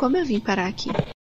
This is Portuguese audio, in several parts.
Como Eu Vim Parar Aqui.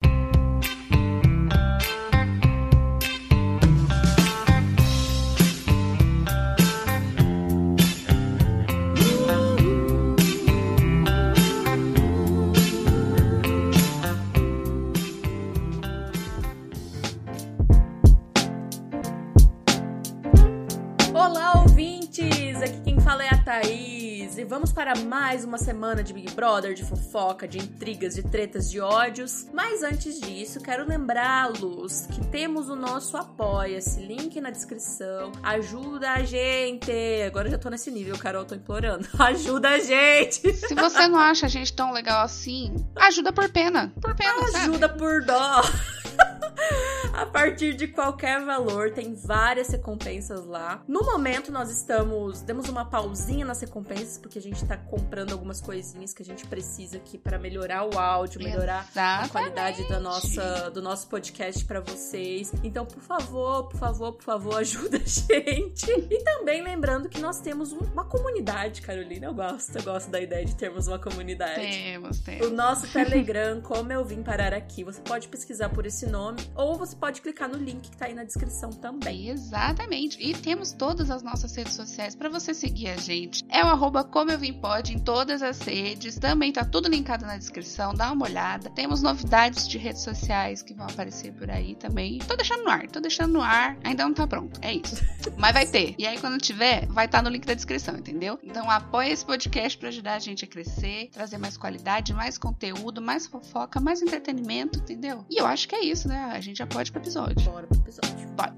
Olá, ouvintes! Aqui quem fala é a Thaís e vamos para mais uma semana de Big Brother, de fofoca, de intrigas, de tretas, de ódios. Mas antes disso, quero lembrá-los que temos o nosso Apoia-se, link na descrição. Ajuda a gente! Agora eu já tô nesse nível, Carol, tô implorando. Ajuda a gente! Se você não acha a gente tão legal assim, ajuda por pena. Por pena, ajuda sabe? por dó! A partir de qualquer valor, tem várias recompensas lá. No momento, demos uma pausinha nas recompensas, porque a gente tá comprando algumas coisinhas que a gente precisa aqui pra melhorar o áudio, melhorar a qualidade do nosso podcast pra vocês. Então, por favor, ajuda a gente. E também lembrando que nós temos uma comunidade, Carolina. Eu gosto da ideia de termos uma comunidade. Temos. O nosso Telegram, Como Eu Vim Parar Aqui. Você pode pesquisar por esse nome, ou você pode clicar no link que tá aí na descrição também. Exatamente. E temos todas as nossas redes sociais para você seguir a gente. É o @Como Eu Vim Pod em todas as redes. Também tá tudo linkado na descrição. Dá uma olhada. Temos novidades de redes sociais que vão aparecer por aí também. Tô deixando no ar. Ainda não tá pronto. É isso. Mas vai ter. E aí quando tiver, vai estar no link da descrição, entendeu? Então apoia esse podcast para ajudar a gente a crescer, trazer mais qualidade, mais conteúdo, mais fofoca, mais entretenimento, entendeu? E eu acho que é isso, né? A gente já pode pro episódio. Bora pro episódio. Vai.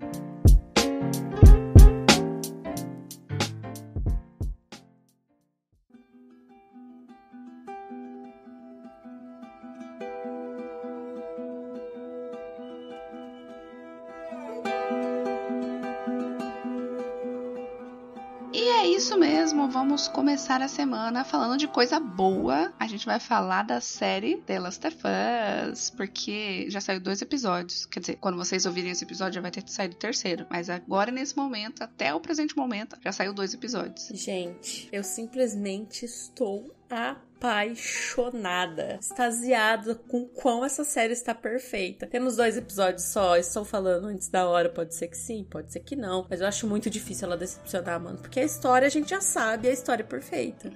E é isso mesmo, vamos começar a semana falando de coisa boa. A gente vai falar da série The Last of Us, porque já saiu 2 episódios. Quer dizer, quando vocês ouvirem esse episódio já vai ter saído o 3º. Mas agora, nesse momento, até o presente momento, já saiu 2 episódios. Gente, eu simplesmente estou apaixonada, extasiada com quão essa série está perfeita. Temos 2 episódios só, estou falando antes da hora, pode ser que sim, pode ser que não, mas eu acho muito difícil ela decepcionar, mano, porque a história a gente já sabe, a história é perfeita.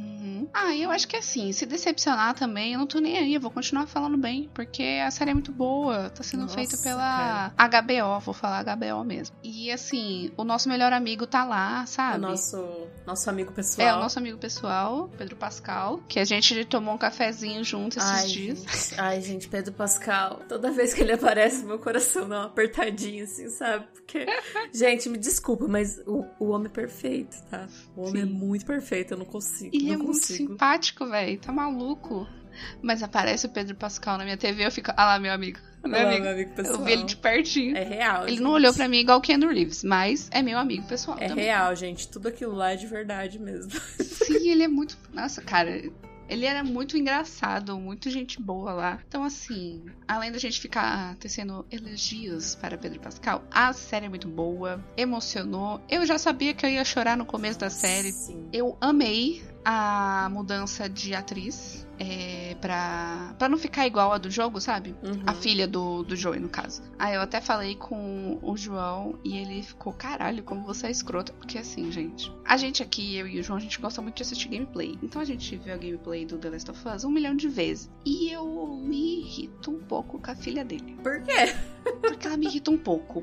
Eu acho que assim, se decepcionar também, eu não tô nem aí, eu vou continuar falando bem, porque a série é muito boa, tá sendo feita pela HBO, vou falar HBO mesmo. E assim, o nosso melhor amigo tá lá, sabe? O nosso amigo pessoal. É, o nosso amigo pessoal, Pedro Pascal, que a gente tomou um cafezinho junto esses dias. Gente, Pedro Pascal, toda vez que ele aparece, meu coração dá uma apertadinha, assim, sabe? Porque, gente, me desculpa, mas o homem é perfeito, tá? O homem é muito perfeito, eu não consigo. E muito simpático, velho, tá maluco. Mas aparece o Pedro Pascal na minha TV, eu fico, lá, meu amigo. Meu amigo pessoal. Eu vi ele de pertinho. É real, Ele não olhou pra mim igual o Keanu Reeves, mas é meu amigo pessoal também. É real, gente. Tudo aquilo lá é de verdade mesmo. Sim, ele é muito... Nossa, cara... Ele era muito engraçado, muito gente boa lá. Então, assim, além da gente ficar tecendo elogios para Pedro Pascal, a série é muito boa, emocionou. Eu já sabia que eu ia chorar no começo da série. Sim. Eu amei a mudança de atriz. Pra não ficar igual a do jogo, sabe? A filha do Joey, no caso. Aí eu até falei com o João e ele ficou, caralho, como você é escrota. Porque assim, gente, a gente aqui, eu e o João, a gente gosta muito de assistir gameplay. Então a gente viu a gameplay do The Last of Us 1 milhão de vezes. E eu me irrito um pouco com a filha dele. Por quê? Porque ela me irrita um pouco.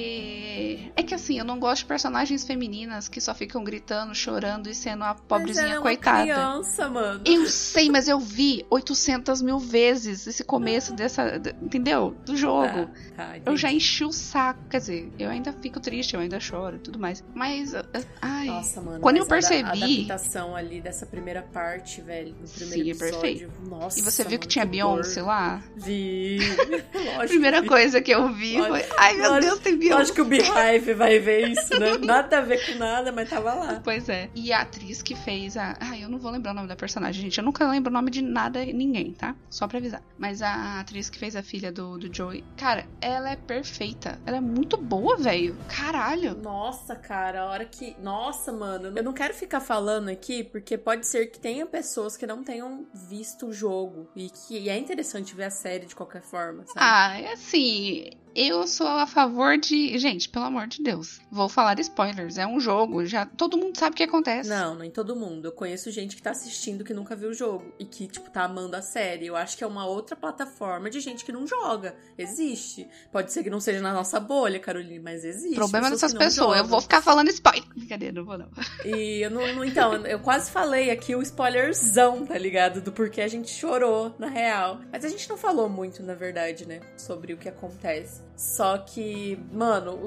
Porque é que assim, eu não gosto de personagens femininas que só ficam gritando, chorando e sendo a pobrezinha coitada. Mas ela é uma criança, mano. Eu sei, mas eu vi 800 mil vezes esse começo entendeu? Do jogo. Eu já enchi o saco. Quer dizer, eu ainda fico triste, eu ainda choro e tudo mais. Mas, nossa, mano. Quando eu percebi... A adaptação ali dessa primeira parte, velho, no primeiro episódio. Perfeito. Nossa, e você viu que tinha Beyoncé lá? Vi. Lógico. Primeira coisa que eu vi. Ai, meu Deus, tem Beyoncé. Acho que o Beehive vai ver isso, né? Nada a ver com nada, mas tava lá. Pois é. E a atriz que fez a... Ai, eu não vou lembrar o nome da personagem, gente. Eu nunca lembro o nome de nada e ninguém, tá? Só pra avisar. Mas a atriz que fez a filha do Joey, cara, ela é perfeita. Ela é muito boa, velho. Caralho. Nossa, cara, a hora que... Nossa, mano. Eu não quero ficar falando aqui, porque pode ser que tenha pessoas que não tenham visto o jogo. E que é interessante ver a série de qualquer forma, sabe? Ah, é assim... Eu sou a favor de... Gente, pelo amor de Deus. Vou falar spoilers. É um jogo. Já todo mundo sabe o que acontece. Não, nem todo mundo. Eu conheço gente que tá assistindo que nunca viu o jogo. E que, tipo, tá amando a série. Eu acho que é uma outra plataforma de gente que não joga. Existe. Pode ser que não seja na nossa bolha, Caroline, mas existe. Problema dessas pessoas. Eu vou ficar falando spoiler. Brincadeira, não vou não. E eu não... Então, eu quase falei aqui o spoilerzão, tá ligado? Do porquê a gente chorou, na real. Mas a gente não falou muito, na verdade, né? Sobre o que acontece. Só que, mano,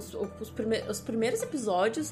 os primeiros episódios,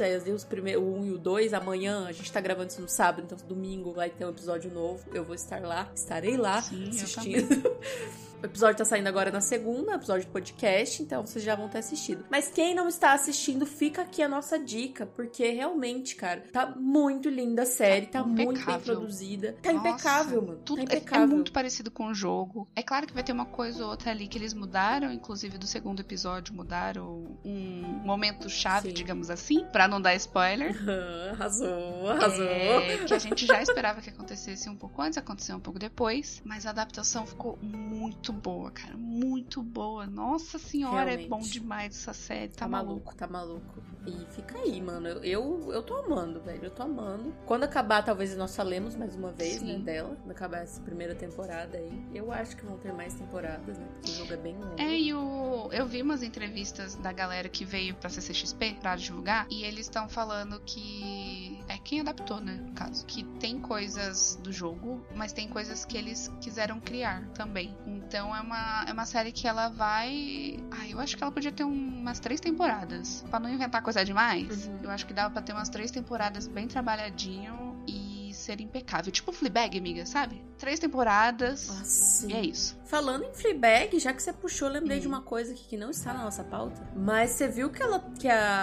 o 1 e o 2, amanhã, a gente tá gravando isso no sábado, então domingo vai ter um episódio novo. Eu vou estar lá, estarei lá. Sim, assistindo. O episódio tá saindo agora na segunda, episódio do podcast, então vocês já vão ter assistido. Mas quem não está assistindo, fica aqui a nossa dica, porque realmente, cara, tá muito linda a série, tá muito bem produzida. Tá impecável, mano. Tudo tá impecável. É muito parecido com o jogo. É claro que vai ter uma coisa ou outra ali que eles mudaram, inclusive do segundo episódio mudaram um momento chave, digamos assim, pra não dar spoiler. Arrasou. Que a gente já esperava que acontecesse um pouco antes, aconteceu um pouco depois, mas a adaptação ficou muito boa, cara, muito boa. Nossa senhora, realmente. É bom demais essa série, tá maluco. Tá maluco. E fica aí, mano, eu tô amando, velho, eu tô amando. Quando acabar, talvez nós falemos mais uma vez, né, dela, quando acabar essa primeira temporada aí. Eu acho que vão ter mais temporadas, né, porque o jogo é bem longo. E eu vi umas entrevistas da galera que veio pra CCXP pra divulgar, e eles estão falando que é quem adaptou, né, no caso, que tem coisas do jogo, mas tem coisas que eles quiseram criar também. Então é uma série que ela vai... eu acho que ela podia ter umas 3 temporadas. Pra não inventar coisa demais, eu acho que dava pra ter umas 3 temporadas bem trabalhadinho e ser impecável. Tipo Fleabag, amiga, sabe? 3 temporadas. E é isso. Falando em Fleabag, já que você puxou, eu lembrei de uma coisa aqui que não está na nossa pauta. Mas você viu que ela...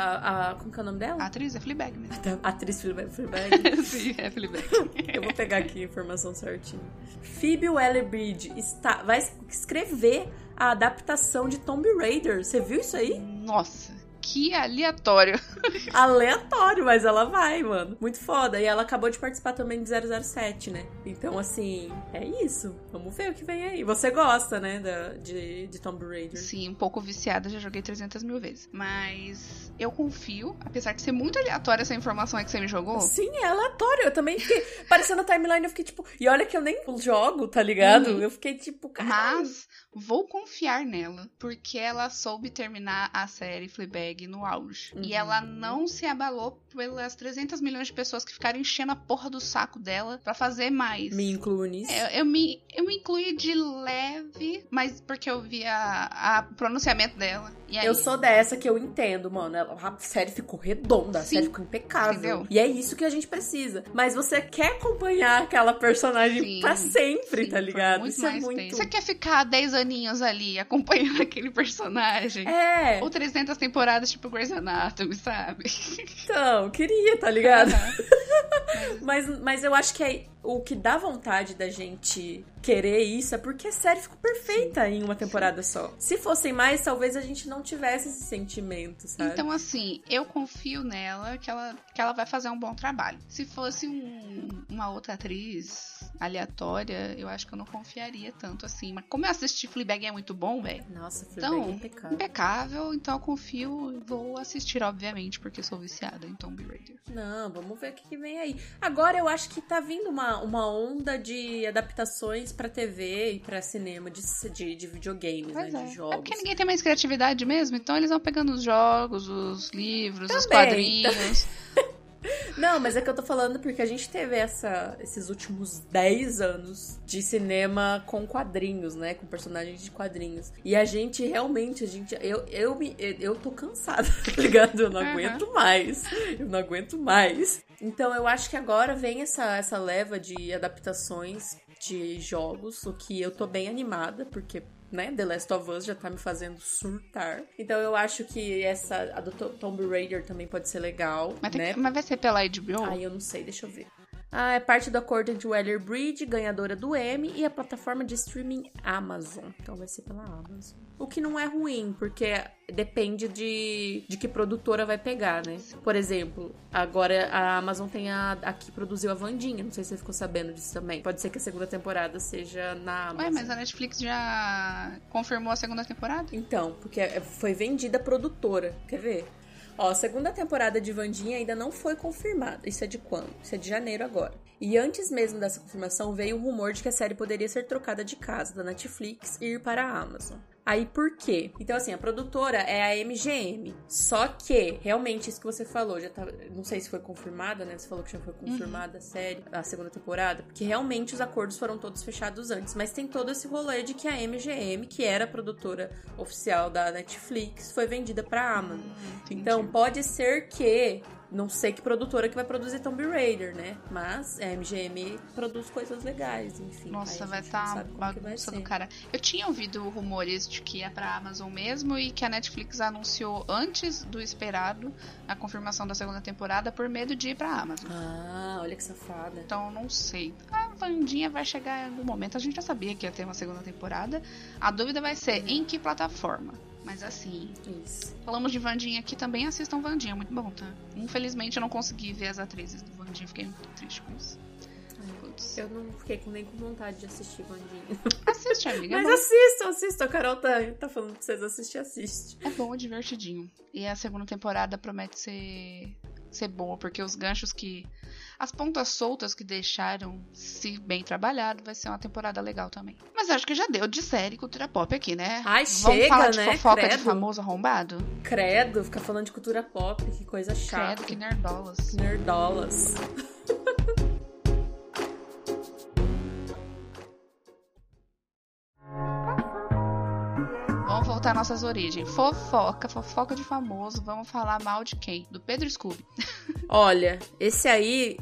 como que é o nome dela? A atriz é Fleabag mesmo. A atriz Fleabag. Sim, é Fleabag. Eu vou pegar aqui a informação certinho. Phoebe Waller-Bridge vai escrever a adaptação de Tomb Raider. Você viu isso aí? Nossa, que aleatório. Aleatório, mas ela vai, mano. Muito foda. E ela acabou de participar também de 007, né? Então, assim, é isso. Vamos ver o que vem aí. Você gosta, né, de Tomb Raider? Sim, um pouco viciada. Já joguei 300 mil vezes. Mas eu confio, apesar de ser muito aleatória essa informação aí que você me jogou. Sim, é aleatório. Eu também fiquei... Parecendo a timeline, eu fiquei tipo... E olha que eu nem jogo, tá ligado? Eu fiquei tipo... Caralho. Mas vou confiar nela, porque ela soube terminar a série Fleabag no auge. E ela não se abalou pelas 300 milhões de pessoas que ficaram enchendo a porra do saco dela pra fazer mais. Me incluo nisso? Eu me incluí de leve, mas porque eu vi o pronunciamento dela. E aí... Eu sou dessa que eu entendo, mano. A série ficou redonda, a série ficou impecável. Entendeu? E é isso que a gente precisa. Mas você quer acompanhar aquela personagem pra sempre, tá ligado? Isso é muito... Você quer ficar 10 aninhos ali acompanhando aquele personagem? Ou 300 temporadas tipo Grey's Anatomy, sabe? Então, queria, tá ligado? Mas eu acho que o que dá vontade da gente querer isso é porque a série ficou perfeita em uma temporada só. Se fossem mais, talvez a gente não tivesse esse sentimento, sabe? Então, assim, eu confio nela que ela vai fazer um bom trabalho. Se fosse uma outra atriz aleatória, eu acho que eu não confiaria tanto assim. Mas como eu assisti Fleabag é muito bom, velho. Nossa, Fleabag é impecável. Impecável, então eu confio e vou assistir, obviamente, porque eu sou viciada em Tomb Raider. Não, vamos ver o que vem aí. Agora eu acho que tá vindo uma onda de adaptações pra TV e pra cinema de videogames, né? De jogos. É porque ninguém tem mais criatividade mesmo, então eles vão pegando os jogos, os livros, os quadrinhos. Não, mas é que eu tô falando porque a gente teve esses últimos 10 anos de cinema com quadrinhos, né? Com personagens de quadrinhos. E a gente realmente, eu tô cansada, tá ligado? Eu não aguento mais. Eu não aguento mais. Então eu acho que agora vem essa leva de adaptações de jogos, o que eu tô bem animada, porque, né, The Last of Us já tá me fazendo surtar. Então eu acho que a do Tomb Raider também pode ser legal, né? Mas vai ser pela HBO? Ai, eu não sei, deixa eu ver. É parte do acordo entre o Weller Bridge, ganhadora do Emmy, e a plataforma de streaming Amazon. Então vai ser pela Amazon. O que não é ruim, porque depende de que produtora vai pegar, né? Por exemplo, agora a Amazon tem a que produziu a Wandinha. Não sei se você ficou sabendo disso também. Pode ser que a segunda temporada seja na Amazon. Ué, mas a Netflix já confirmou a segunda temporada? Então, porque foi vendida a produtora. Quer ver? Ó, a segunda temporada de Wandinha ainda não foi confirmada. Isso é de quando? Isso é de janeiro agora. E antes mesmo dessa confirmação, veio o rumor de que a série poderia ser trocada de casa da Netflix e ir para a Amazon. Aí, por quê? Então, assim, a produtora é a MGM. Só que, realmente, isso que você falou, já tá... Não sei se foi confirmada, né? Você falou que já foi confirmada a série, a segunda temporada. Porque, realmente, os acordos foram todos fechados antes. Mas tem todo esse rolê de que a MGM, que era a produtora oficial da Netflix, foi vendida pra Amazon. Então, pode ser que... Não sei que produtora que vai produzir Tomb Raider, né? Mas a MGM produz coisas legais, enfim. Nossa, vai estar bagunça do cara. Eu tinha ouvido rumores de que é pra Amazon mesmo e que a Netflix anunciou antes do esperado a confirmação da segunda temporada por medo de ir pra Amazon. Ah, olha que safada. Então, não sei. A Wandinha vai chegar no momento. A gente já sabia que ia ter uma segunda temporada. A dúvida vai ser em que plataforma. Mas assim, isso. Falamos de Wandinha aqui, também assistam Wandinha, muito bom, tá? Infelizmente eu não consegui ver as atrizes do Wandinha, fiquei muito triste com isso. Eu não fiquei nem com vontade de assistir Wandinha. Assiste, amiga. Mas assisto. A Carol tá falando pra vocês assistir, assiste. É bom, é divertidinho. E a segunda temporada promete ser boa, porque os ganchos que... As pontas soltas que deixaram, se bem trabalhado, vai ser uma temporada legal também. Mas acho que já deu de série cultura pop aqui, né? Ai, Vamos chega, falar de né? fofoca Credo. de famoso arrombado? Credo, ficar falando de cultura pop, que coisa chata. Credo, que nerdolas. Nerdolas. Vamos voltar às nossas origens. Fofoca de famoso. Vamos falar mal de quem? Do Pedro Scooby. Olha, esse aí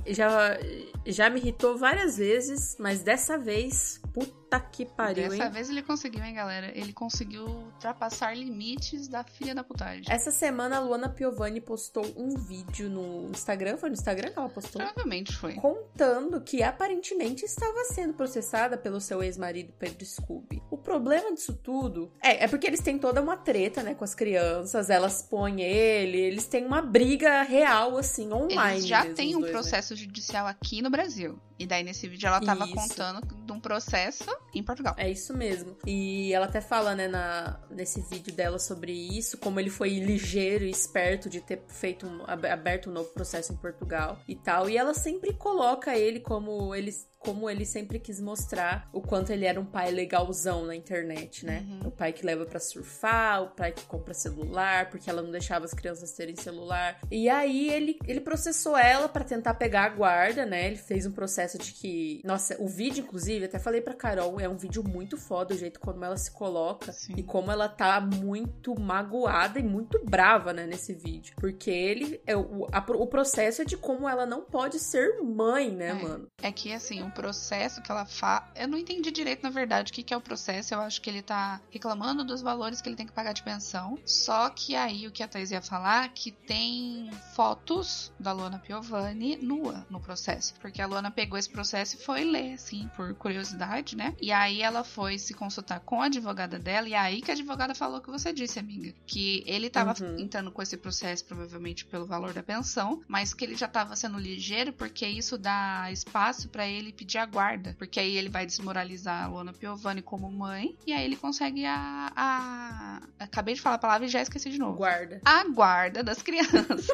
já me irritou várias vezes, mas dessa vez, puta que pariu, Dessa vez ele conseguiu, hein, galera? Ele conseguiu ultrapassar limites da filha da putagem. Essa semana a Luana Piovani postou um vídeo no Instagram. Foi no Instagram que ela postou? Provavelmente foi. Contando que aparentemente estava sendo processada pelo seu ex-marido Pedro Scooby. O problema disso tudo é porque eles têm toda uma treta, né, com as crianças. Eles põem eles têm uma briga real, assim, online. Eles já mesmo, têm um dois, processo judicial aqui no Brasil. E daí, nesse vídeo, ela tava contando de um processo em Portugal. É isso mesmo. E ela até fala, né, nesse vídeo dela sobre isso, como ele foi ligeiro e esperto de ter aberto um novo processo em Portugal e tal. E ela sempre coloca ele como ele sempre quis mostrar o quanto ele era um pai legalzão na internet, né? O pai que leva pra surfar, o pai que compra celular, porque ela não deixava as crianças terem celular. E aí ele processou ela pra tentar pegar a guarda, né? Ele fez um processo de que... Nossa, o vídeo, inclusive, até falei pra Carol, é um vídeo muito foda, o jeito como ela se coloca. Sim. E como ela tá muito magoada e muito brava, né, nesse vídeo. Porque o processo é de como ela não pode ser mãe, né, mano? É que, assim, o processo que ela faz... Eu não entendi direito, na verdade, o que é o processo. Eu acho que ele tá reclamando dos valores que ele tem que pagar de pensão. Só que aí, o que a Thaís ia falar, que tem fotos da Luana Piovani nua no processo. Porque a Luana pegou esse processo e foi ler, assim, por curiosidade, né? E aí ela foi se consultar com a advogada dela, e aí que a advogada falou o que você disse, amiga. Que ele tava entrando com esse processo, provavelmente pelo valor da pensão, mas que ele já tava sendo ligeiro, porque isso dá espaço pra ele pedir a guarda. Porque aí ele vai desmoralizar a Luana Piovani como mãe, e aí ele consegue Acabei de falar a palavra e já esqueci de novo. Guarda. A guarda das crianças.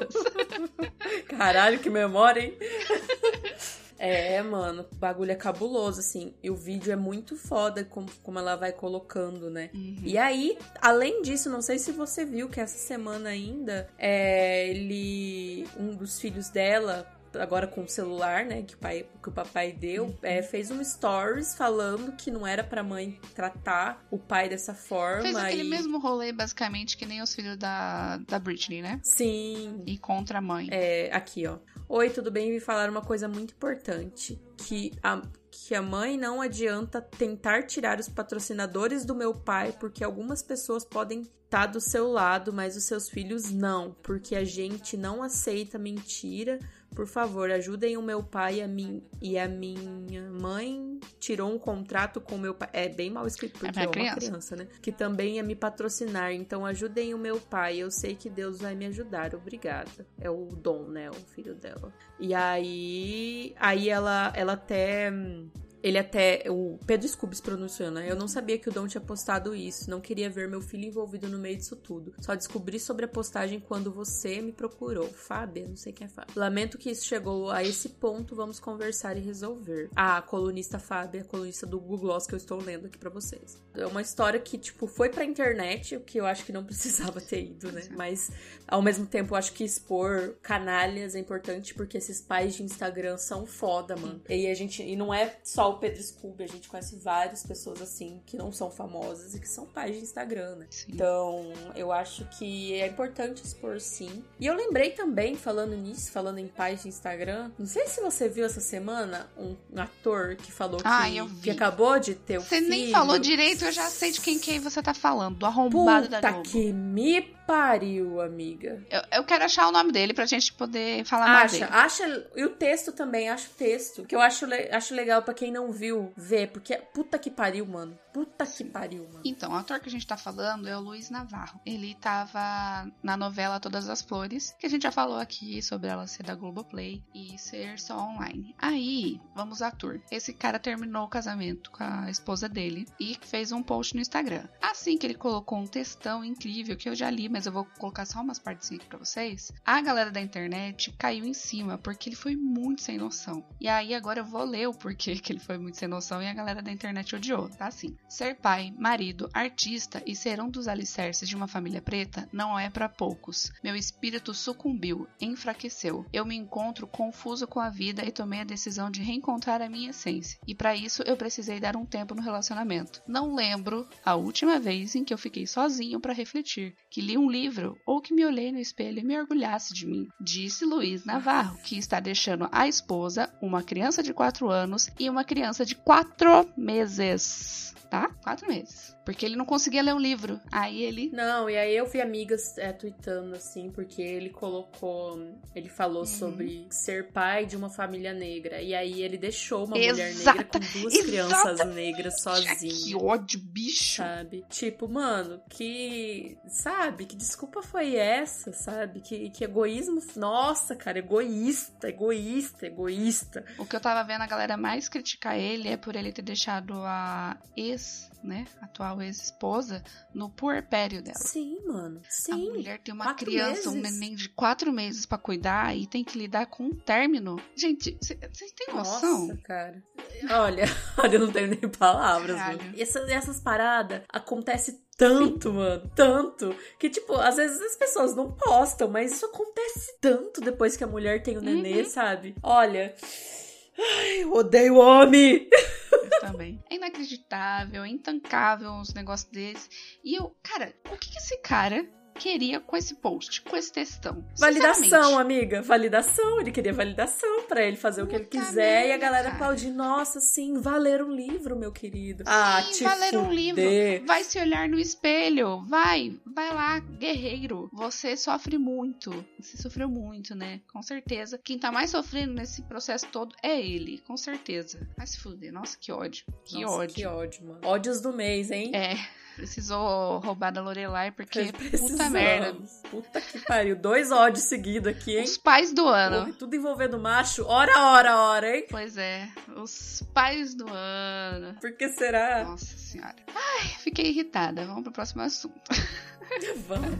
Caralho, que memória, hein? Mano, o bagulho é cabuloso, assim. E o vídeo é muito foda como ela vai colocando, né? E aí, além disso, não sei se você viu que essa semana ainda, um dos filhos dela, agora com o celular, né, que o papai deu, fez um stories falando que não era pra mãe tratar o pai dessa forma. Fez aquele mesmo rolê, basicamente, que nem os filhos da Britney, né? Sim. E contra a mãe. Aqui, ó. Oi, tudo bem? Vim falar uma coisa muito importante. Que a mãe não adianta tentar tirar os patrocinadores do meu pai, porque algumas pessoas podem estar do seu lado, mas os seus filhos não, porque a gente não aceita mentira. Por favor, ajudem o meu pai e a minha mãe tirou um contrato com o meu pai. É bem mal escrito, porque é uma criança, né? Que também ia me patrocinar. Então, ajudem o meu pai. Eu sei que Deus vai me ajudar. Obrigada. É o Dom, né? O filho dela. E aí ela até... Ele até... O Pedro Scooby se pronunciou, né? Eu não sabia que o Dom tinha postado isso. Não queria ver meu filho envolvido no meio disso tudo. Só descobri sobre a postagem quando você me procurou. Fábia, não sei quem é Fábia. Lamento que isso chegou a esse ponto. Vamos conversar e resolver. A colunista Fábia, a colunista do Google Gloss que eu estou lendo aqui pra vocês. É uma história que, tipo, foi pra internet, o que eu acho que não precisava ter ido, né? Mas, ao mesmo tempo, eu acho que expor canalhas é importante, porque esses pais de Instagram são foda, mano. E não é só o Pedro Scooby, a gente conhece várias pessoas assim que não são famosas e que são pais de Instagram, né? Sim. Então, eu acho que é importante expor, sim. E eu lembrei também, falando nisso, falando em pais de Instagram, não sei se você viu essa semana um ator que falou que acabou de ter o filho. Você nem falou direito, eu já sei de quem você tá falando, do arrombado da Globo. Puta que me pariu, amiga. Eu quero achar o nome dele pra gente poder falar mais dele. Acha, e o texto também, acho o texto, que eu acho legal pra quem não viu, ver, porque puta que pariu, mano. Puta que pariu, mano. Então, o ator que a gente tá falando é o Luiz Navarro. Ele tava na novela Todas as Flores, que a gente já falou aqui sobre ela ser da Globoplay e ser só online. Aí, vamos à tour. Esse cara terminou o casamento com a esposa dele e fez um post no Instagram. Assim que ele colocou um textão incrível, que eu já li, mas eu vou colocar só umas partes aqui pra vocês, a galera da internet caiu em cima, porque ele foi muito sem noção. E aí, agora eu vou ler o porquê que ele foi muito sem noção e a galera da internet odiou, tá assim. Ser pai, marido, artista e ser um dos alicerces de uma família preta não é pra poucos. Meu espírito sucumbiu, enfraqueceu. Eu me encontro confuso com a vida e tomei a decisão de reencontrar a minha essência. E pra isso eu precisei dar um tempo no relacionamento. Não lembro a última vez em que eu fiquei sozinho pra refletir, que li um livro ou que me olhei no espelho e me orgulhasse de mim. Disse Luiz Navarro, que está deixando a esposa, uma criança de 4 anos e uma criança de 4 meses. Tá? 4 meses. Porque ele não conseguia ler um livro. Aí ele... Não, e aí eu vi amigas tweetando assim, porque ele falou sobre ser pai de uma família negra. E aí ele deixou uma mulher negra com 2 crianças negras sozinha. Que ódio, bicho. Sabe? Tipo, mano, que desculpa foi essa, sabe? Que egoísmo... Nossa, cara, egoísta. O que eu tava vendo a galera mais criticar ele é por ele ter deixado a atual ex-esposa, no puerpério dela. Sim, mano. Sim. A mulher tem uma criança, um neném de 4 meses pra cuidar e tem que lidar com um término. Gente, você tem noção? Nossa, cara. Olha, eu não tenho nem palavras, mano. Essas paradas acontecem tanto, mano, tanto, que, tipo, às vezes as pessoas não postam, mas isso acontece tanto depois que a mulher tem o nenê, sabe? Olha... Ai, eu odeio homem! Eu também. É inacreditável, é intancável uns negócios desses. E cara, o que esse cara queria com esse post, com esse textão? Validação, amiga. Validação. Ele queria validação pra ele fazer o que ele quiser. E a galera aplaudir. Nossa, sim, valer um livro, meu querido. Sim, valer um livro. Vai se olhar no espelho. Vai lá, guerreiro. Você sofre muito. Você sofreu muito, né? Com certeza. Quem tá mais sofrendo nesse processo todo é ele. Com certeza. Vai se fuder. Nossa, que ódio. Que ódio, mano. Ódios do mês, hein? Precisou roubar da Lorelai, porque puta merda. Puta que pariu. 2 ódios seguidos aqui, hein? Os pais do ano. Tudo envolvendo macho. Ora, hein? Pois é. Os pais do ano. Por que será? Nossa senhora. Ai, fiquei irritada. Vamos pro próximo assunto. Vamos.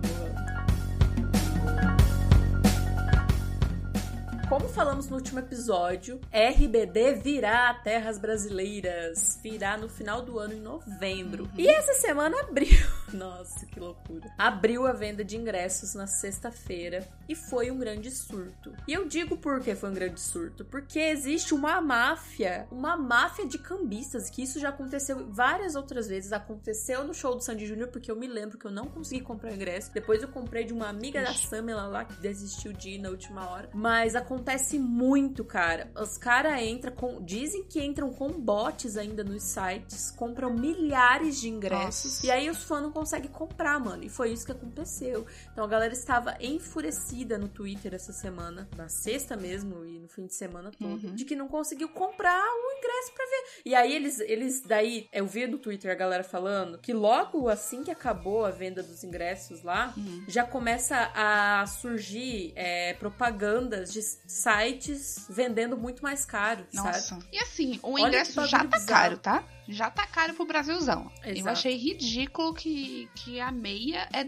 Como falamos no último episódio, RBD virá a terras brasileiras. Virá no final do ano, em novembro. E essa semana abriu. Nossa, que loucura. Abriu a venda de ingressos na sexta-feira e foi um grande surto. E eu digo por que foi um grande surto. Porque existe uma máfia de cambistas, que isso já aconteceu várias outras vezes. Aconteceu no show do Sandy Júnior, porque eu me lembro que eu não consegui comprar o ingresso. Depois eu comprei de uma amiga da Samela lá, que desistiu de ir na última hora. Mas acontece muito, cara. Os caras dizem que entram com bots ainda nos sites, compram milhares de ingressos. Nossa. E aí os fãs não conseguem comprar, mano. E foi isso que aconteceu. Então a galera estava enfurecida no Twitter essa semana, na sexta mesmo e no fim de semana todo, de que não conseguiu comprar o ingresso pra ver. E aí eles daí, eu vi no Twitter a galera falando que logo assim que acabou a venda dos ingressos lá, já começa a surgir propagandas de sites vendendo muito mais caro, sabe? E assim, o ingresso já tá caro, tá? Já tá caro pro Brasilzão. Exato. Eu achei ridículo que a meia é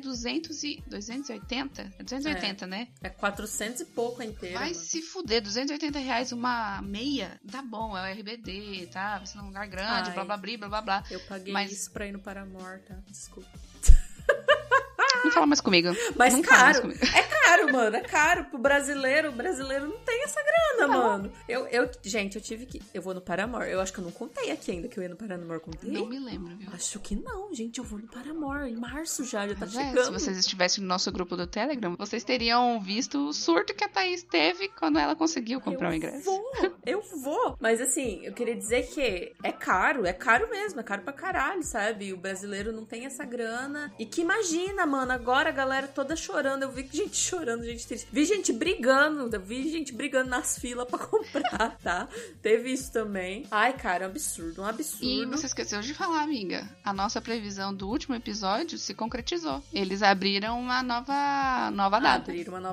280? É 280, né? É 400 e pouco a inteira. Vai se fuder, R$280 uma meia, tá bom, é o RBD, tá? Vai ser num lugar grande, blá blá blá blá blá. Eu paguei isso pra ir no Paramore, tá? Desculpa. Não fala mais comigo. Mas não caro. É caro, mano. É caro pro brasileiro. O brasileiro não tem essa grana, mano. Gente, eu tive que... Eu vou no Paramore. Eu acho que eu não contei aqui ainda que eu ia no Paramore. Contei? Não me lembro, viu? Acho que não, gente. Eu vou no Paramore. Em março já tá chegando. Se vocês estivessem no nosso grupo do Telegram, vocês teriam visto o surto que a Thaís teve quando ela conseguiu comprar o ingresso. Eu vou. Mas assim, eu queria dizer que é caro mesmo. É caro pra caralho, sabe? O brasileiro não tem essa grana. E que imagina, mano, agora a galera toda chorando. Eu vi gente chorando, gente triste. Vi gente brigando nas filas pra comprar, tá? Teve isso também. Ai, cara, um absurdo. E você esqueceu de falar, amiga. A nossa previsão do último episódio se concretizou. Eles abriram uma nova data.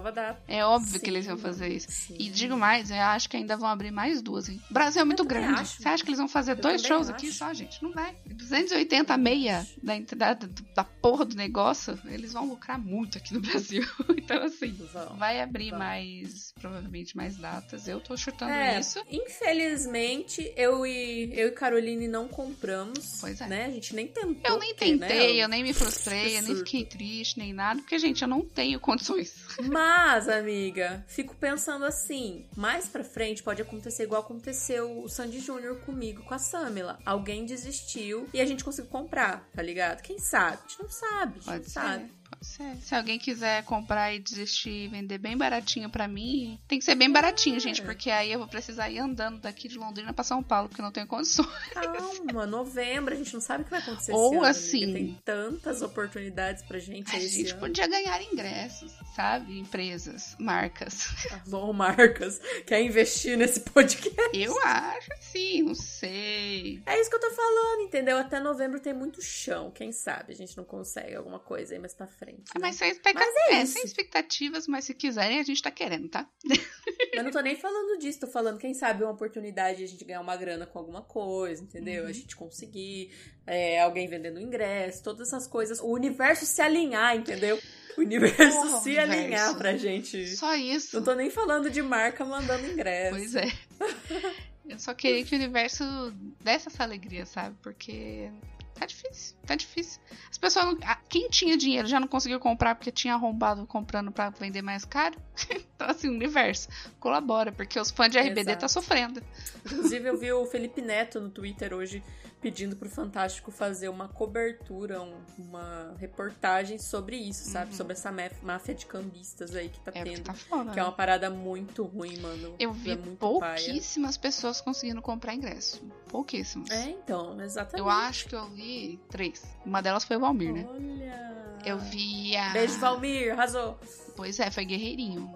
É óbvio que eles iam fazer isso. Sim. E digo mais, eu acho que ainda vão abrir mais 2, hein? O Brasil é muito grande. Você acha que eles vão fazer 2 shows aqui só, gente? Não vai. 280 a meia da entrada da porra do negócio, eles vão lucrar muito aqui no Brasil. Então, assim, vai abrir provavelmente mais datas. Eu tô chutando isso. Infelizmente, eu e Caroline não compramos. Pois é. Né? A gente nem tentou. Eu nem tentei, eu nem me frustrei, eu nem fiquei triste, nem nada, porque, gente, eu não tenho condições. Mas, amiga, fico pensando assim, mais pra frente pode acontecer igual aconteceu o Sandy Júnior comigo, com a Samela. Alguém desistiu e a gente conseguiu comprar, tá ligado? Quem sabe? A gente não sabe. Pode ser. Se alguém quiser comprar e desistir e vender bem baratinho pra mim, tem que ser bem baratinho, gente, porque aí eu vou precisar ir andando daqui de Londrina pra São Paulo, porque eu não tenho condições. Calma, novembro, a gente não sabe o que vai acontecer Ou esse ano, assim, amiga. Tem tantas oportunidades pra gente. A gente podia ganhar ingressos, sabe? Empresas, marcas. Bom, marcas. Quer investir nesse podcast? Eu acho, sim, não sei. É isso que eu tô falando, entendeu? Até novembro tem muito chão. Quem sabe a gente não consegue alguma coisa aí mais pra frente. Né? Mas sem expectativas, mas se quiserem, a gente tá querendo, tá? Eu não tô nem falando disso, tô falando, quem sabe, uma oportunidade de a gente ganhar uma grana com alguma coisa, entendeu? A gente conseguir, alguém vendendo ingresso, todas essas coisas. O universo se alinhar, entendeu? O universo se alinhar pra gente. Só isso. Não tô nem falando de marca mandando ingresso. Pois é. Eu só queria que o universo desse essa alegria, sabe? Porque... Tá difícil. As pessoas não... Quem tinha dinheiro já não conseguiu comprar porque tinha arrombado comprando pra vender mais caro. Então, assim, o universo colabora, porque os fãs de RBD tá sofrendo. Inclusive, eu vi o Felipe Neto no Twitter hoje pedindo pro Fantástico fazer uma cobertura, uma reportagem sobre isso, sabe? Sobre essa máfia de cambistas aí que tá tendo. Que tá foda, que é uma parada muito ruim, mano. Eu vi pouquíssimas pessoas conseguindo comprar ingresso. Pouquíssimas. Então, exatamente. Eu acho que eu vi 3. Uma delas foi o Valmir, né? Olha! Eu vi a... Beijo, Valmir! Arrasou! Pois é, foi guerreirinho.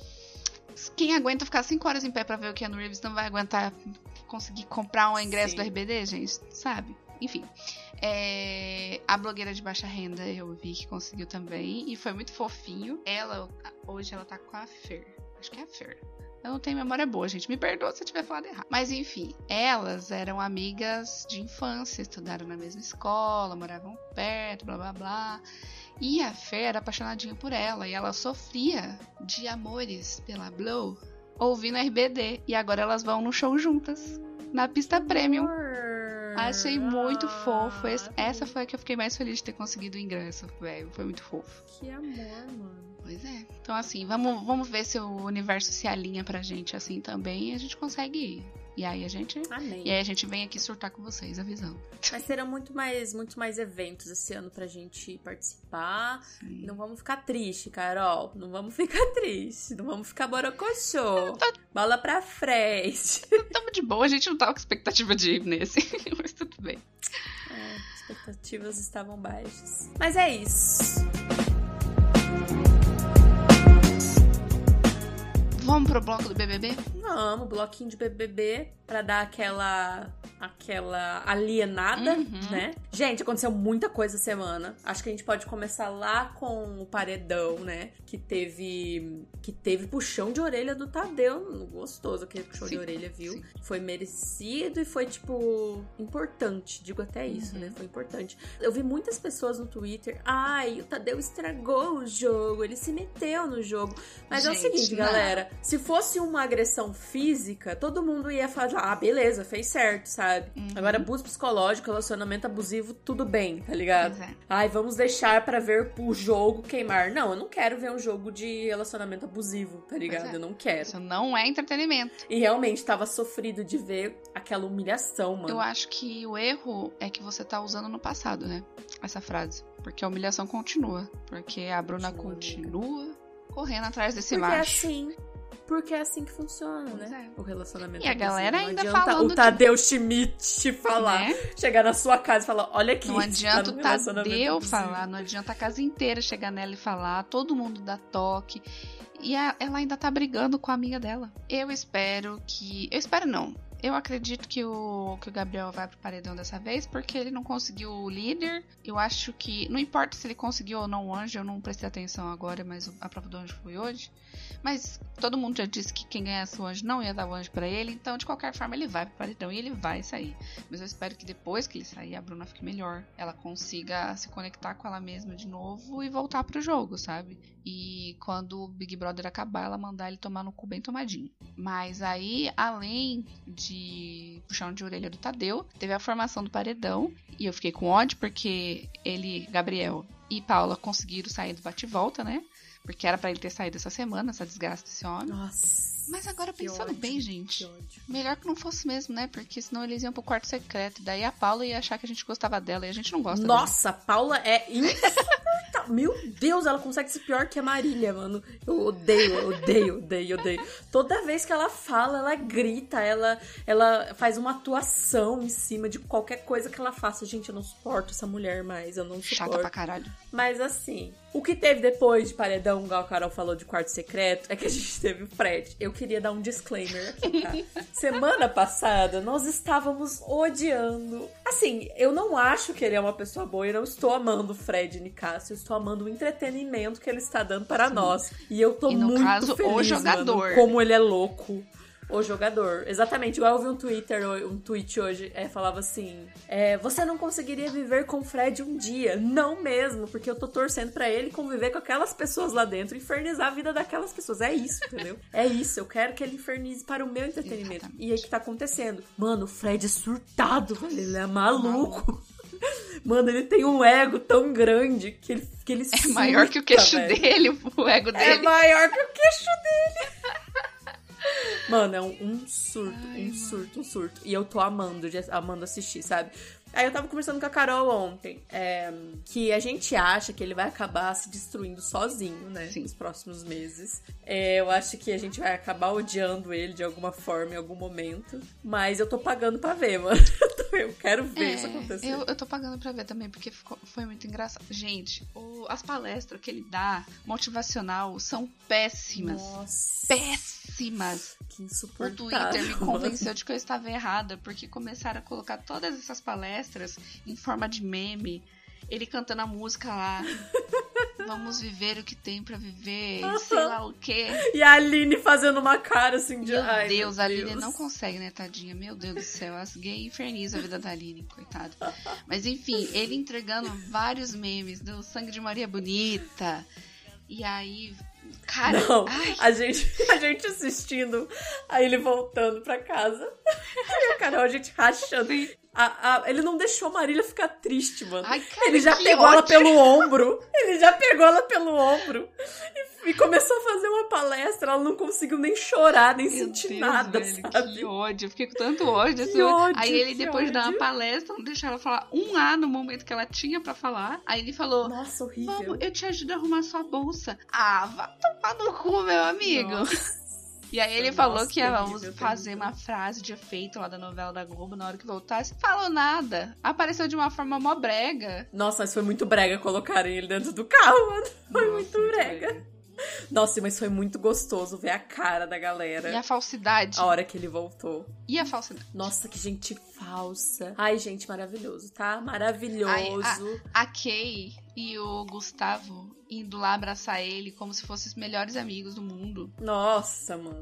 Quem aguenta ficar 5 horas em pé pra ver o Keanu Reeves não vai aguentar conseguir comprar um ingresso do RBD, gente? Sabe? Enfim. A blogueira de baixa renda eu vi que conseguiu também. E foi muito fofinho. Hoje ela tá com a Fer. Acho que é a Fer. Eu não tenho memória boa, gente. Me perdoa se eu tiver falado errado. Mas enfim, elas eram amigas de infância, estudaram na mesma escola, moravam perto, blá blá blá. E a Fer era apaixonadinha por ela. E ela sofria de amores pela Blow ouvindo RBD. E agora elas vão no show juntas, na pista premium. Achei muito fofo. Essa foi a que eu fiquei mais feliz de ter conseguido o ingresso, velho. Foi muito fofo. Que amor, mano. Pois é. Então, assim, vamos ver se o universo se alinha pra gente assim também e a gente consegue ir. E aí a gente. Amém. E aí a gente vem aqui surtar com vocês, avisando. Mas serão muito mais eventos esse ano pra gente participar. Sim. Não vamos ficar triste, Carol. Não vamos ficar triste. Não vamos ficar borocochô. Bola pra frente. Tamo de boa, a gente não tava com expectativa de ir nesse. Mas tudo bem. Expectativas estavam baixas. Mas é isso. Vamos pro bloco do BBB? Vamos, bloquinho de BBB pra dar aquela alienada, né? Gente, aconteceu muita coisa essa semana. Acho que a gente pode começar lá com o paredão, né? Que teve puxão de orelha do Tadeu. Gostoso aquele puxão de orelha, viu? Sim. Foi merecido e foi, tipo, importante. Digo até isso, né? Foi importante. Eu vi muitas pessoas no Twitter. Ai, o Tadeu estragou o jogo. Ele se meteu no jogo. Mas gente, é o seguinte, galera. Se fosse uma agressão física, todo mundo ia falar, beleza, fez certo, sabe? Agora, abuso psicológico, relacionamento abusivo, tudo bem, tá ligado? Ai, vamos deixar pra ver o jogo queimar. Não, eu não quero ver um jogo de relacionamento abusivo, tá ligado? Eu não quero. Isso não é entretenimento. E realmente, tava sofrido de ver aquela humilhação, mano. Eu acho que o erro é que você tá usando no passado, né? Essa frase. Porque a humilhação continua. Porque a Bruna continua correndo atrás desse macho. Porque é assim que funciona, né? O relacionamento. E a galera ainda falando. O Tadeu Schmidt falar, né? Chegar na sua casa e falar, olha aqui. Não adianta o Tadeu falar, não adianta a casa inteira chegar nela e falar, todo mundo dá toque. E ela ainda tá brigando com a amiga dela. Eu espero não. Eu acredito que o Gabriel vai pro paredão dessa vez, porque ele não conseguiu o líder. Eu acho que... Não importa se ele conseguiu ou não o anjo, eu não prestei atenção agora, mas a prova do anjo foi hoje. Mas todo mundo já disse que quem ganhasse o anjo não ia dar o anjo pra ele, então de qualquer forma ele vai pro paredão e ele vai sair. Mas eu espero que depois que ele sair, a Bruna fique melhor. Ela consiga se conectar com ela mesma de novo e voltar pro jogo, sabe? E quando o Big Brother acabar, ela mandar ele tomar no cu bem tomadinho. Mas aí, além de puxão de orelha do Tadeu, teve a formação do paredão. E eu fiquei com ódio porque ele, Gabriel e Paula conseguiram sair do bate-volta, né? Porque era pra ele ter saído essa semana, essa desgraça desse homem. Nossa. Mas agora pensando bem, gente, melhor que não fosse mesmo, né? Porque senão eles iam pro quarto secreto. E daí a Paula ia achar que a gente gostava dela e a gente não gosta dela. Nossa, a Paula é Meu Deus, ela consegue ser pior que a Marília, mano. Eu odeio. Toda vez que ela fala, ela grita, ela faz uma atuação em cima de qualquer coisa que ela faça. Gente, eu não suporto essa mulher mais, eu não suporto. Chata pra caralho. Mas assim, o que teve depois de paredão, igual a Carol falou de quarto secreto, é que a gente teve o Fred. Eu queria dar um disclaimer aqui, tá? Semana passada, nós estávamos odiando. Assim, eu não acho que ele é uma pessoa boa, eu não estou amando o Fred Nicásio, eu estou amando o entretenimento que ele está dando para nós. E eu tô muito feliz, o jogador. Mano, como ele é louco. O jogador. Exatamente. Igual eu vi um tweet hoje, falava assim, você não conseguiria viver com o Fred um dia. Não mesmo, porque eu tô torcendo pra ele conviver com aquelas pessoas lá dentro, infernizar a vida daquelas pessoas. É isso, entendeu? É isso. Eu quero que ele infernize para o meu entretenimento. Exatamente. E aí o que tá acontecendo? Mano, o Fred é surtado, velho. Ele é maluco. Mano, ele tem um ego tão grande que ele surta, maior que o queixo dele, o ego dele. É maior que o queixo dele. Mano, é um surto. E eu tô amando assistir, sabe? Aí eu tava conversando com a Carol ontem, que a gente acha que ele vai acabar se destruindo sozinho, né? Sim. Nos próximos meses. Eu acho que a gente vai acabar odiando ele de alguma forma, em algum momento. Mas eu tô pagando pra ver, mano. Eu quero ver isso acontecer. Eu tô pagando pra ver também, porque foi muito engraçado. Gente, as palestras que ele dá, motivacional, são péssimas. Nossa. Péssimas. Que insuportável. O Twitter me convenceu de que eu estava errada, porque começaram a colocar todas essas palestras em forma de meme. Ele cantando a música lá. Vamos viver o que tem pra viver, sei lá o quê. E a Aline fazendo uma cara assim de... Meu Deus, a Aline não consegue, né, tadinha? Meu Deus do céu, as gays infernizam a vida da Aline, coitada. Mas enfim, ele entregando vários memes do Sangue de Maria Bonita. E aí... Cara, não, a gente assistindo, aí ele voltando pra casa. E o Carol, a gente rachando. Ele não deixou a Marília ficar triste, mano. Ai, cara, ele já pegou ela pelo ombro. E começou a fazer uma palestra. Ela não conseguiu nem chorar, nem sentir nada, velho, sabe? Que ódio. Eu fiquei com tanto ódio. Aí ele, depois de dar uma palestra, não deixou ela falar um A no momento que ela tinha pra falar. Aí ele falou... Nossa, horrível. Vamos, eu te ajudo a arrumar sua bolsa. Ah, vá tomar no cu, meu amigo. Nossa. E aí ele falou que ia fazer uma frase de efeito lá da novela da Globo na hora que voltasse. Falou nada. Apareceu de uma forma mó brega. Nossa, mas foi muito brega colocarem ele dentro do carro, mano. Foi muito brega. Nossa, mas foi muito gostoso ver a cara da galera. E a falsidade. A hora que ele voltou. E a falsidade. Nossa, que gente falsa. Ai, gente, maravilhoso, tá? Maravilhoso. Ai, a Kay e o Gustavo indo lá abraçar ele como se fossem os melhores amigos do mundo. Nossa, mano.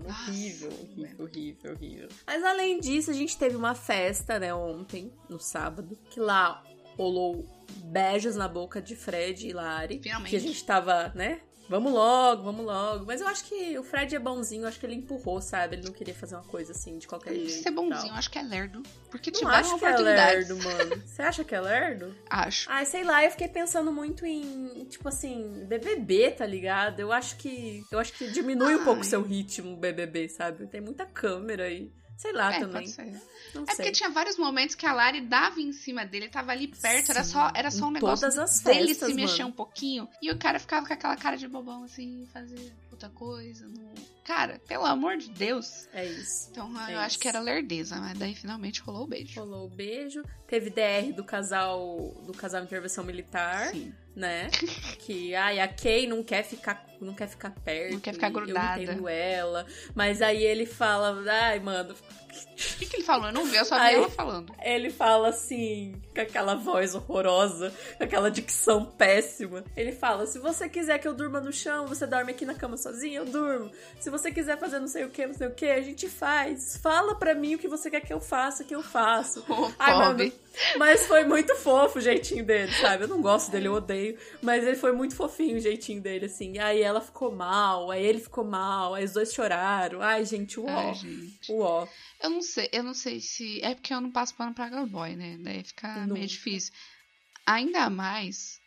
Horrível. Mas além disso, a gente teve uma festa, né, ontem, no sábado, que lá rolou beijos na boca de Fred e Lari. Finalmente. Que a gente tava, né? Vamos logo. Mas eu acho que o Fred é bonzinho, eu acho que ele empurrou, sabe? Ele não queria fazer uma coisa assim, de qualquer jeito. Ser bonzinho, eu acho que é lerdo. Porque não tiveram acho que é oportunidades. lerdo, mano. Você acha que é lerdo? Acho. Ai, sei lá, eu fiquei pensando muito em, tipo assim, BBB, tá ligado? Eu acho que diminui um pouco o seu ritmo, BBB, sabe? Tem muita câmera aí. Sei lá também. Pode ser. Não sei. Porque tinha vários momentos que a Lari dava em cima dele, tava ali perto, Sim, era só um negócio todas as dele festas, se mexer mano. um pouquinho. E o cara ficava com aquela cara de bobão, assim, fazer outra coisa. Cara, pelo amor de Deus. É isso. Então eu acho que era lerdeza, mas daí finalmente rolou o beijo. Rolou o beijo. Teve DR do casal Intervenção Militar. Sim. Né? Que a Kay não quer ficar perto. Não quer ficar grudada. Eu entendo ela. Mas aí ele fala, ai, mano. O que ele falou? Eu não vi, eu só vi ela falando. Ele fala assim, com aquela voz horrorosa, com aquela dicção péssima. Ele fala, se você quiser que eu durma no chão, você dorme aqui na cama sozinha, eu durmo. Se você quiser fazer não sei o que, a gente faz. Fala pra mim o que você quer que eu faça, que eu faço. Ai, mano, mas foi muito fofo o jeitinho dele, sabe? Eu não gosto dele, eu odeio. Mas ele foi muito fofinho o jeitinho dele, assim. E aí ela ficou mal, aí ele ficou mal, aí os dois choraram. Ai, gente, uó. Uó. Eu não sei se... É porque eu não passo pano pra agroboy, né? Daí fica meio difícil. Ainda mais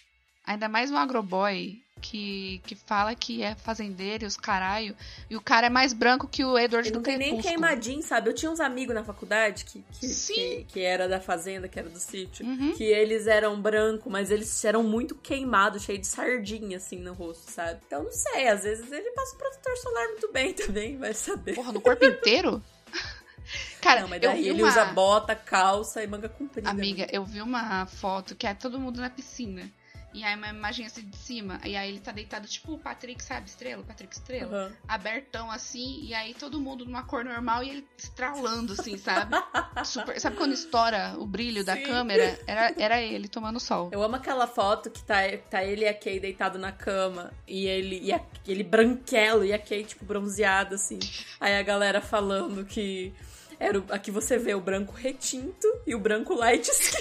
um agroboy que fala que é fazendeiro e os caralho. E o cara é mais branco que o Edward do Crepúsculo. Não tem nem queimadinho, sabe? Eu tinha uns amigos na faculdade que era da fazenda, que era do sítio. Uhum. Que eles eram brancos, mas eles eram muito queimados, cheio de sardinha, assim, no rosto, sabe? Então, não sei. Às vezes ele passa o protetor solar muito bem também, vai saber. Porra, no corpo inteiro? Cara, não, mas daí ele usa bota, calça e manga comprida. Amiga, eu vi uma foto que é todo mundo na piscina. E aí uma imagem assim de cima. E aí ele tá deitado tipo o Patrick, sabe? Patrick Estrela. Uhum. Abertão assim. E aí todo mundo numa cor normal e ele estralando assim, sabe? Super, sabe quando estoura o brilho da câmera? Era ele tomando sol. Eu amo aquela foto que tá ele e a Kay deitado na cama. E ele branquelo e a Kay tipo bronzeada assim. Aí a galera falando que aqui você vê o branco retinto e o branco light skin.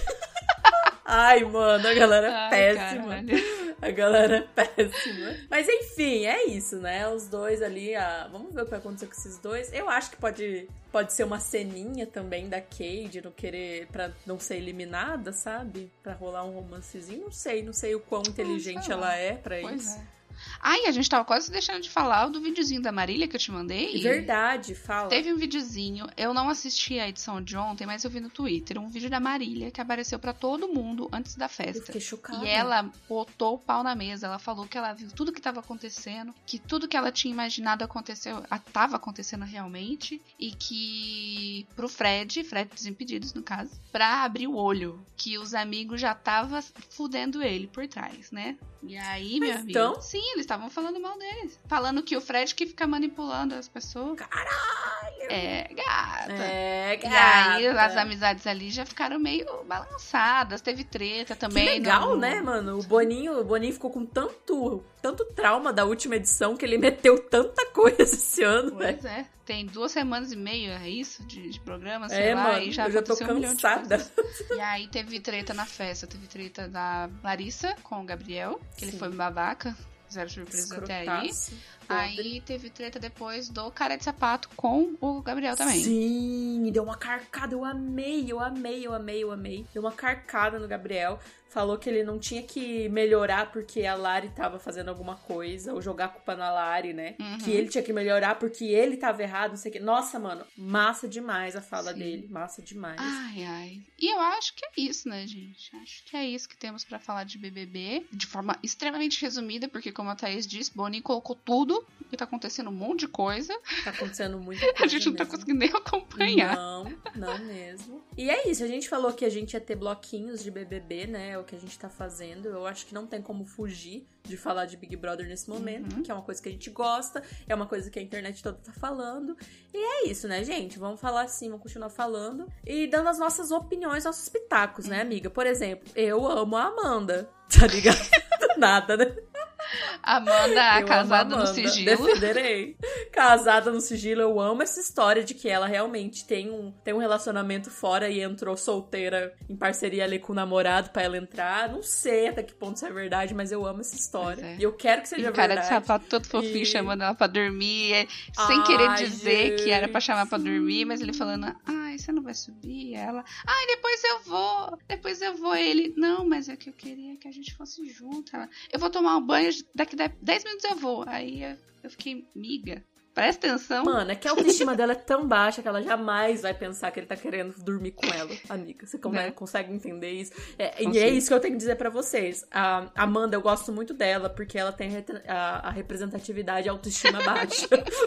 Ai, mano, a galera é péssima. Caralho. A galera é péssima. Mas enfim, é isso, né? Os dois ali, vamos ver o que vai acontecer com esses dois. Eu acho que pode ser uma ceninha também da Kay de não querer, pra não ser eliminada, sabe? Pra rolar um romancezinho. Não sei o quão inteligente ela é pra isso. É. Ai, a gente tava quase deixando de falar do videozinho da Marília que eu te mandei. Verdade, fala. Teve um videozinho, eu não assisti a edição de ontem, mas eu vi no Twitter, um vídeo da Marília que apareceu pra todo mundo antes da festa. Eu fiquei chocada. E ela botou o pau na mesa, ela falou que ela viu tudo que tava acontecendo, que tudo que ela tinha imaginado tava acontecendo realmente, e que pro Fred Desimpedidos no caso, pra abrir o olho, que os amigos já tava fudendo ele por trás, né? E aí, meu amigo... Então? Sim, eles estavam falando mal deles. Falando que o Fred que fica manipulando as pessoas. Caralho! É, gata. E aí, as amizades ali já ficaram meio balançadas. Teve treta também. Que legal, né, mano? O Boninho ficou com tanto trauma da última edição que ele meteu tanta coisa esse ano, velho. Pois é. Tem 2 semanas e meia, é isso? De programa, sei lá. Mano, e já eu já tô aconteceu cansada. Um milhão de coisas. E aí teve treta na festa. Teve treta da Larissa com o Gabriel, que ele foi babaca. Zero surpresas até aí. Aí teve treta depois do Cara de Sapato com o Gabriel também. Sim, deu uma carcada, eu amei. Deu uma carcada no Gabriel. Falou que ele não tinha que melhorar porque a Lari tava fazendo alguma coisa, ou jogar a culpa na Lari, né? Que ele tinha que melhorar porque ele tava errado, não sei o que. Nossa, mano, massa demais a fala dele. Massa demais. Ai. E eu acho que é isso, né, gente? Acho que é isso que temos pra falar de BBB. De forma extremamente resumida, porque como a Thaís disse, Boninho colocou tudo e tá acontecendo um monte de coisa. Tá acontecendo muita coisa. A gente não tá conseguindo nem acompanhar. Não mesmo. E é isso, a gente falou que a gente ia ter bloquinhos de BBB, né? É o que a gente tá fazendo. Eu acho que não tem como fugir de falar de Big Brother nesse momento, que é uma coisa que a gente gosta, é uma coisa que a internet toda tá falando. E é isso, né, gente? Vamos falar assim, vamos continuar falando e dando as nossas opiniões, nossos pitacos, né, amiga? Por exemplo, eu amo a Amanda, tá ligado? Nada, né? Amanda, casada no sigilo. Defenderei. Casada no sigilo, eu amo essa história de que ela realmente tem um relacionamento fora e entrou solteira em parceria ali com o namorado pra ela entrar. Não sei até que ponto isso é verdade, mas eu amo essa história. E eu quero que seja verdade. O cara de sapato todo fofinho chamando ela pra dormir, sem querer dizer que era pra chamar pra dormir, mas ele falando, você não vai subir? Ela, depois eu vou. Ele, não, mas é que eu queria que a gente fosse junto. Ela, eu vou tomar um banho, daqui 10 minutos eu vou. Aí eu fiquei, miga, presta atenção. Mano, é que a autoestima dela é tão baixa que ela jamais vai pensar que ele tá querendo dormir com ela, amiga. Você consegue entender isso? E é isso que eu tenho que dizer pra vocês. A Amanda, eu gosto muito dela, porque ela tem a representatividade e a autoestima baixa.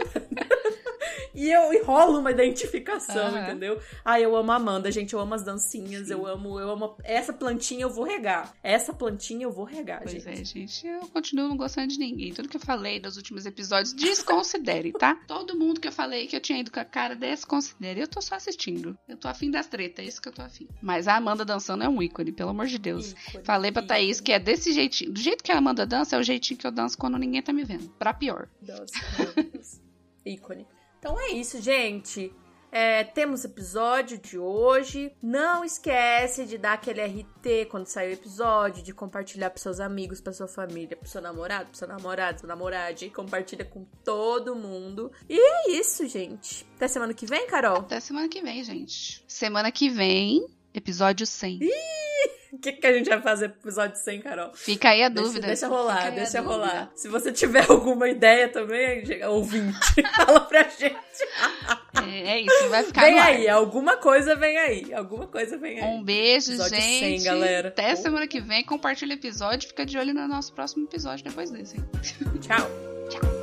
E eu enrolo uma identificação, entendeu? Eu amo a Amanda, gente. Eu amo as dancinhas, eu amo... Essa plantinha eu vou regar. Pois é, gente. Eu continuo não gostando de ninguém. Tudo que eu falei nos últimos episódios, desconsidere, tá? Todo mundo que eu falei que eu tinha ido com a cara, desconsidere. Eu tô só assistindo. Eu tô afim das tretas, é isso que eu tô afim. Mas a Amanda dançando é um ícone, pelo amor de Deus. Falei pra Thaís que é desse jeitinho. Do jeito que a Amanda dança, é o jeitinho que eu danço quando ninguém tá me vendo. Pra pior. Nossa, meu Deus. Ícone. Então é isso, gente. Temos episódio de hoje. Não esquece de dar aquele RT quando sair o episódio, de compartilhar pros seus amigos, pra sua família, pro seu namorado, pro seu namorado, seu namorado. Compartilha com todo mundo. E é isso, gente. Até semana que vem, Carol? Até semana que vem, gente. Semana que vem, episódio 100. O que a gente vai fazer pro episódio 100, Carol? Fica aí a dúvida. Deixa rolar. Se você tiver alguma ideia também, ouvinte, fala pra gente. É isso, vai ficar Vem aí, alguma coisa vem aí. Um beijo, episódio gente. 100, galera. Até semana que vem, compartilha o episódio, fica de olho no nosso próximo episódio depois desse. Tchau.